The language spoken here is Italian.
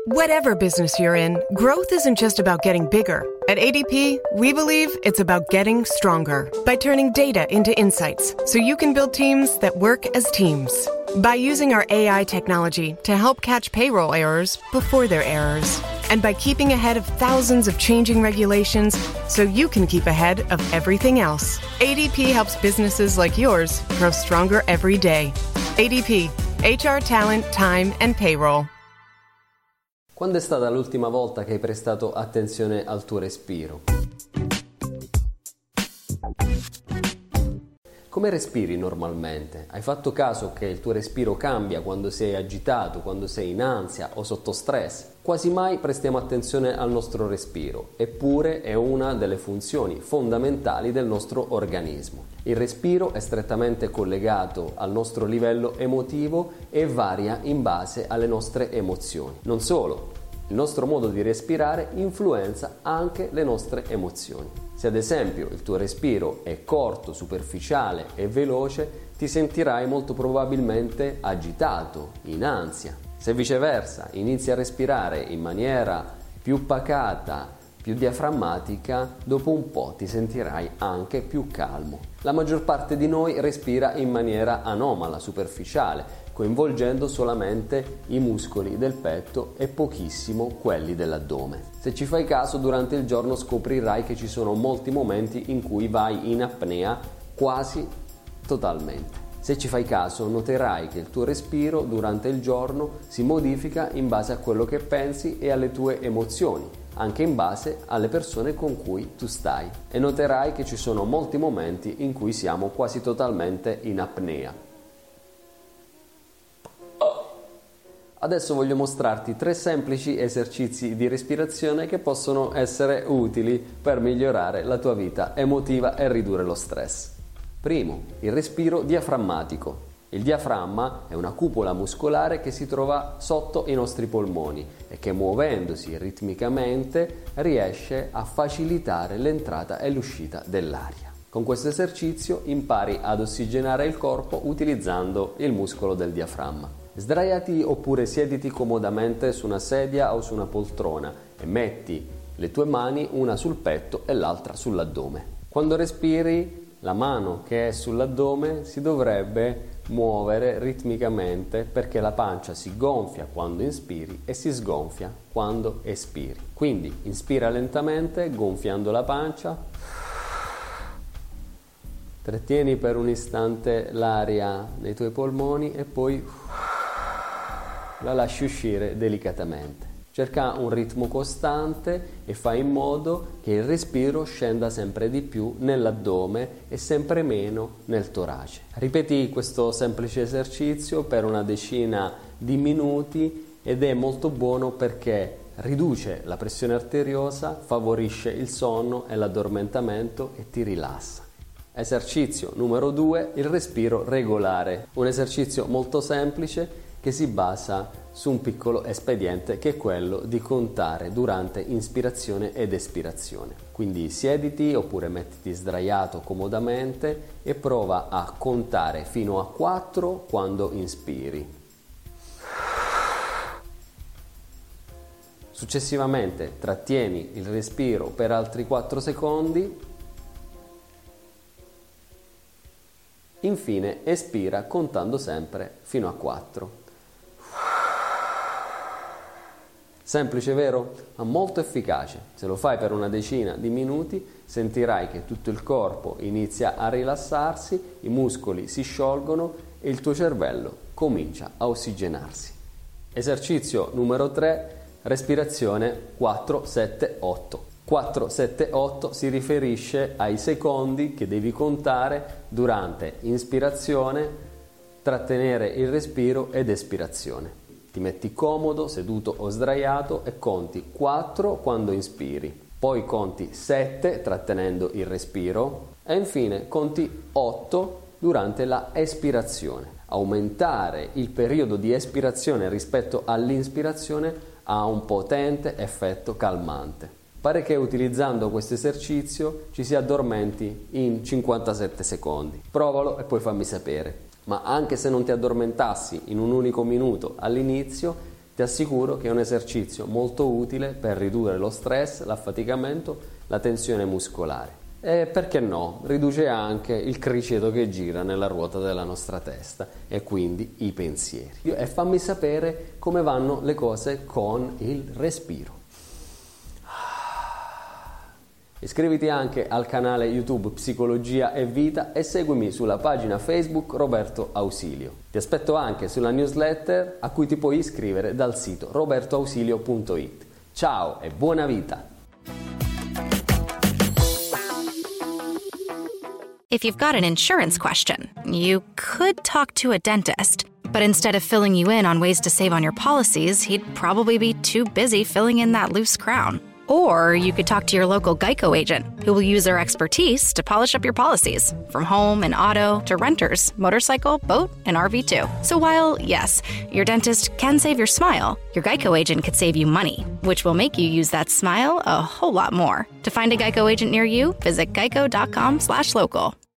Whatever business you're in, growth isn't just about getting bigger. At ADP, we believe it's about getting stronger by turning data into insights so you can build teams that work as teams. By using our AI technology to help catch payroll errors before they're errors. And by keeping ahead of thousands of changing regulations so you can keep ahead of everything else. ADP helps businesses like yours grow stronger every day. ADP, HR, talent, time, and payroll. Quando è stata l'ultima volta che hai prestato attenzione al tuo respiro? Come respiri normalmente? Hai fatto caso che il tuo respiro cambia quando sei agitato, quando sei in ansia o sotto stress? Quasi mai prestiamo attenzione al nostro respiro, eppure è una delle funzioni fondamentali del nostro organismo. Il respiro è strettamente collegato al nostro livello emotivo e varia in base alle nostre emozioni. Non solo, il nostro modo di respirare influenza anche le nostre emozioni. Se ad esempio il tuo respiro è corto, superficiale e veloce, ti sentirai molto probabilmente agitato, in ansia. Se viceversa inizi a respirare in maniera più pacata, più diaframmatica, dopo un po' ti sentirai anche più calmo. La maggior parte di noi respira in maniera anomala, superficiale, coinvolgendo solamente i muscoli del petto e pochissimo quelli dell'addome. Se ci fai caso, durante il giorno scoprirai che ci sono molti momenti in cui vai in apnea quasi totalmente. Se ci fai caso, noterai che il tuo respiro durante il giorno si modifica in base a quello che pensi e alle tue emozioni, anche in base alle persone con cui tu stai. E noterai che ci sono molti momenti in cui siamo quasi totalmente in apnea. Adesso voglio mostrarti 3 semplici esercizi di respirazione che possono essere utili per migliorare la tua vita emotiva e ridurre lo stress. Primo, il respiro diaframmatico. Il diaframma è una cupola muscolare che si trova sotto i nostri polmoni e che, muovendosi ritmicamente, riesce a facilitare l'entrata e l'uscita dell'aria. Con questo esercizio impari ad ossigenare il corpo utilizzando il muscolo del diaframma. Sdraiati oppure siediti comodamente su una sedia o su una poltrona e metti le tue mani una sul petto e l'altra sull'addome. Quando respiri, la mano che è sull'addome si dovrebbe muovere ritmicamente perché la pancia si gonfia quando inspiri e si sgonfia quando espiri. Quindi inspira lentamente gonfiando la pancia, trattieni per un istante l'aria nei tuoi polmoni e poi la lasci uscire delicatamente. Cerca un ritmo costante e fai in modo che il respiro scenda sempre di più nell'addome e sempre meno nel torace. Ripeti questo semplice esercizio per una decina di minuti ed è molto buono perché riduce la pressione arteriosa, favorisce il sonno e l'addormentamento e ti rilassa. Esercizio numero 2, il respiro regolare. Un esercizio molto semplice che si basa su un piccolo espediente che è quello di contare durante ispirazione ed espirazione. Quindi siediti oppure mettiti sdraiato comodamente e prova a contare fino a 4 quando inspiri. Successivamente trattieni il respiro per altri 4 secondi. Infine espira contando sempre fino a 4. Semplice, vero? Ma molto efficace. Se lo fai per una decina di minuti, sentirai che tutto il corpo inizia a rilassarsi, i muscoli si sciolgono e il tuo cervello comincia a ossigenarsi. Esercizio numero 3, respirazione 4-7-8. 4-7-8 si riferisce ai secondi che devi contare durante ispirazione, trattenere il respiro ed espirazione. Ti metti comodo, seduto o sdraiato e conti 4 quando inspiri, poi conti 7 trattenendo il respiro e infine conti 8 durante la espirazione. Aumentare il periodo di espirazione rispetto all'inspirazione ha un potente effetto calmante. Pare che utilizzando questo esercizio ci si addormenti in 57 secondi. Provalo e poi fammi sapere. Ma anche se non ti addormentassi in un unico minuto all'inizio, Ti assicuro che è un esercizio molto utile per ridurre lo stress, l'affaticamento, la tensione muscolare. E perché no, riduce anche il criceto che gira nella ruota della nostra testa e quindi i pensieri. E fammi sapere come vanno le cose con il respiro. Iscriviti anche al canale YouTube Psicologia e Vita e seguimi sulla pagina Facebook Roberto Ausilio. Ti aspetto anche sulla newsletter a cui ti puoi iscrivere dal sito robertoausilio.it. Ciao e buona vita! If you've got an insurance question, you could talk to a dentist. But instead of filling you in on ways to save on your policies, he'd probably be too busy filling in that loose crown. Or you could talk to your local Geico agent, who will use their expertise to polish up your policies, from home and auto to renters, motorcycle, boat, and RV too. So while, yes, your dentist can save your smile, your Geico agent could save you money, which will make you use that smile a whole lot more. To find a Geico agent near you, visit geico.com/local.